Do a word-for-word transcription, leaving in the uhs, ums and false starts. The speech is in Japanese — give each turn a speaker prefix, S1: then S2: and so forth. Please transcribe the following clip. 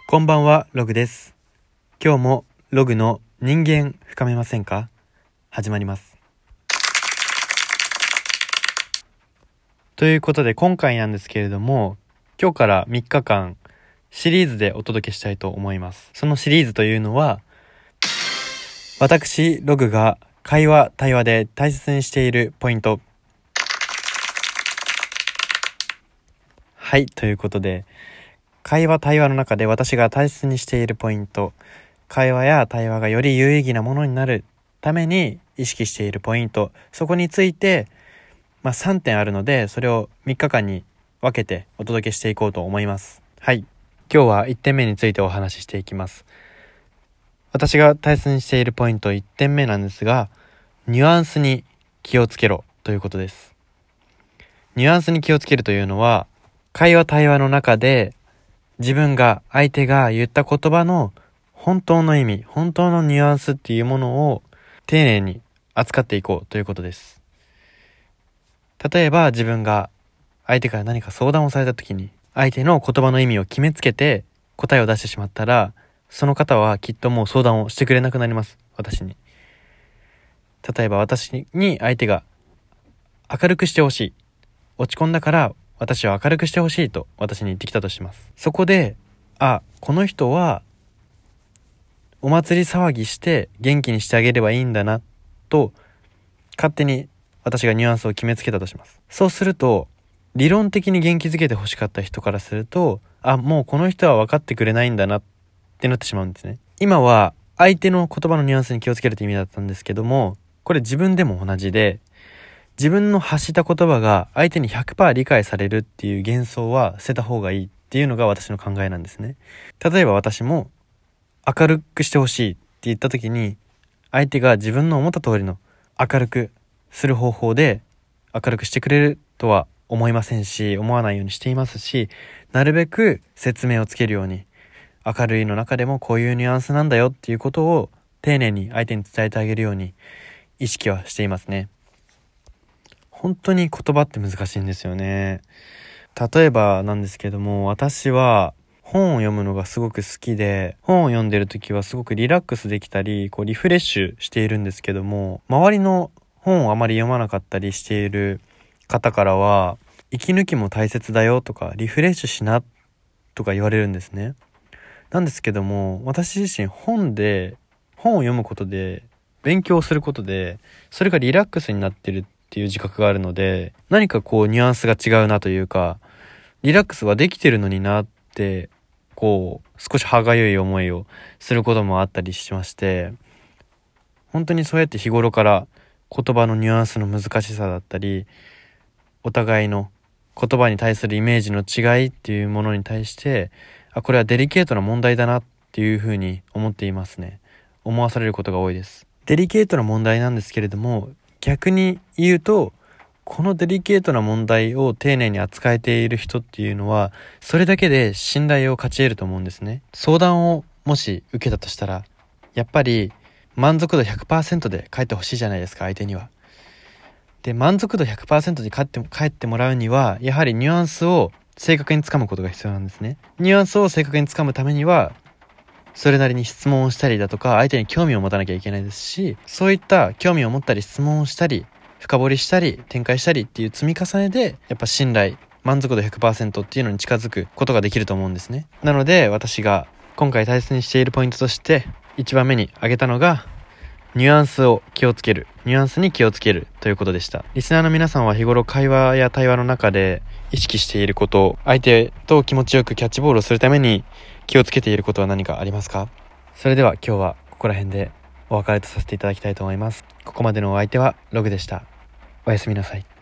S1: こんばんは、ログです。今日もログの人間深めませんか？始まります。ということで今回なんですけれども、今日からみっかかんシリーズでお届けしたいと思います。そのシリーズというのは、私ログが会話対話で大切にしているポイント。はい、ということで会話対話の中で私が大切にしているポイント、会話や対話がより有意義なものになるために意識しているポイント、そこについて、まあ、さんてんあるので、それをみっかかんに分けてお届けしていこうと思います。はい、今日はいってんめについてお話ししていきます。私が大切にしているポイントいってんめなんですが、ニュアンスに気をつけろということです。ニュアンスに気をつけるというのは、会話対話の中で自分が相手が言った言葉の本当の意味、本当のニュアンスっていうものを丁寧に扱っていこうということです。例えば自分が相手から何か相談をされた時に、相手の言葉の意味を決めつけて答えを出してしまったら、その方はきっともう相談をしてくれなくなります。私に。例えば私に相手が明るくしてほしい、落ち込んだから私は明るくしてほしいと私に言ってきたとします。そこで、あ、この人はお祭り騒ぎして元気にしてあげればいいんだなと勝手に私がニュアンスを決めつけたとします。そうすると、理論的に元気づけて欲しかった人からすると、あ、もうこの人は分かってくれないんだなってなってしまうんですね。今は相手の言葉のニュアンスに気をつけるという意味だったんですけども、これ自分でも同じで、自分の発した言葉が相手に ひゃくパーセント 理解されるっていう幻想は捨てた方がいいっていうのが私の考えなんですね。例えば私も明るくしてほしいって言った時に、相手が自分の思った通りの明るくする方法で明るくしてくれるとは思いませんし、思わないようにしていますし、なるべく説明をつけるように、明るいの中でもこういうニュアンスなんだよっていうことを丁寧に相手に伝えてあげるように意識はしていますね。本当に言葉って難しいんですよね。例えばなんですけども、私は本を読むのがすごく好きで、本を読んでる時はすごくリラックスできたり、こうリフレッシュしているんですけども、周りの本をあまり読まなかったりしている方からは、息抜きも大切だよとか、リフレッシュしなとか言われるんですね。なんですけども、私自身本で本を読むことで、勉強することで、それがリラックスになってるっていう自覚があるので、何かこうニュアンスが違うなというか、リラックスはできてるのになって、こう少し歯がゆい思いをすることもあったりしまして、本当にそうやって日頃から言葉のニュアンスの難しさだったり、お互いの言葉に対するイメージの違いっていうものに対して、あ、これはデリケートな問題だなっていうふうに思っていますね。思わされることが多いです。デリケートな問題なんですけれども、逆に言うと、このデリケートな問題を丁寧に扱えている人っていうのは、それだけで信頼を勝ち得ると思うんですね。相談をもし受けたとしたら、やっぱり満足度 ひゃくパーセント で返ってほしいじゃないですか、相手には。で、満足度 ひゃくパーセント で返って返ってもらうには、やはりニュアンスを正確につかむことが必要なんですね。ニュアンスを正確につかむためには、それなりに質問をしたりだとか、相手に興味を持たなきゃいけないですし、そういった興味を持ったり質問をしたり、深掘りしたり展開したりっていう積み重ねで、やっぱ信頼、満足度 ひゃくパーセント っていうのに近づくことができると思うんですね。なので私が今回大切にしているポイントとしていちばんめに挙げたのが、ニュアンスを気をつける、ニュアンスに気をつけるということでした。リスナーの皆さんは日頃会話や対話の中で意識していること、相手と気持ちよくキャッチボールをするために気をつけていることは何かありますか？それでは今日はここら辺でお別れとさせていただきたいと思います。ここまでのお相手はログでした。おやすみなさい。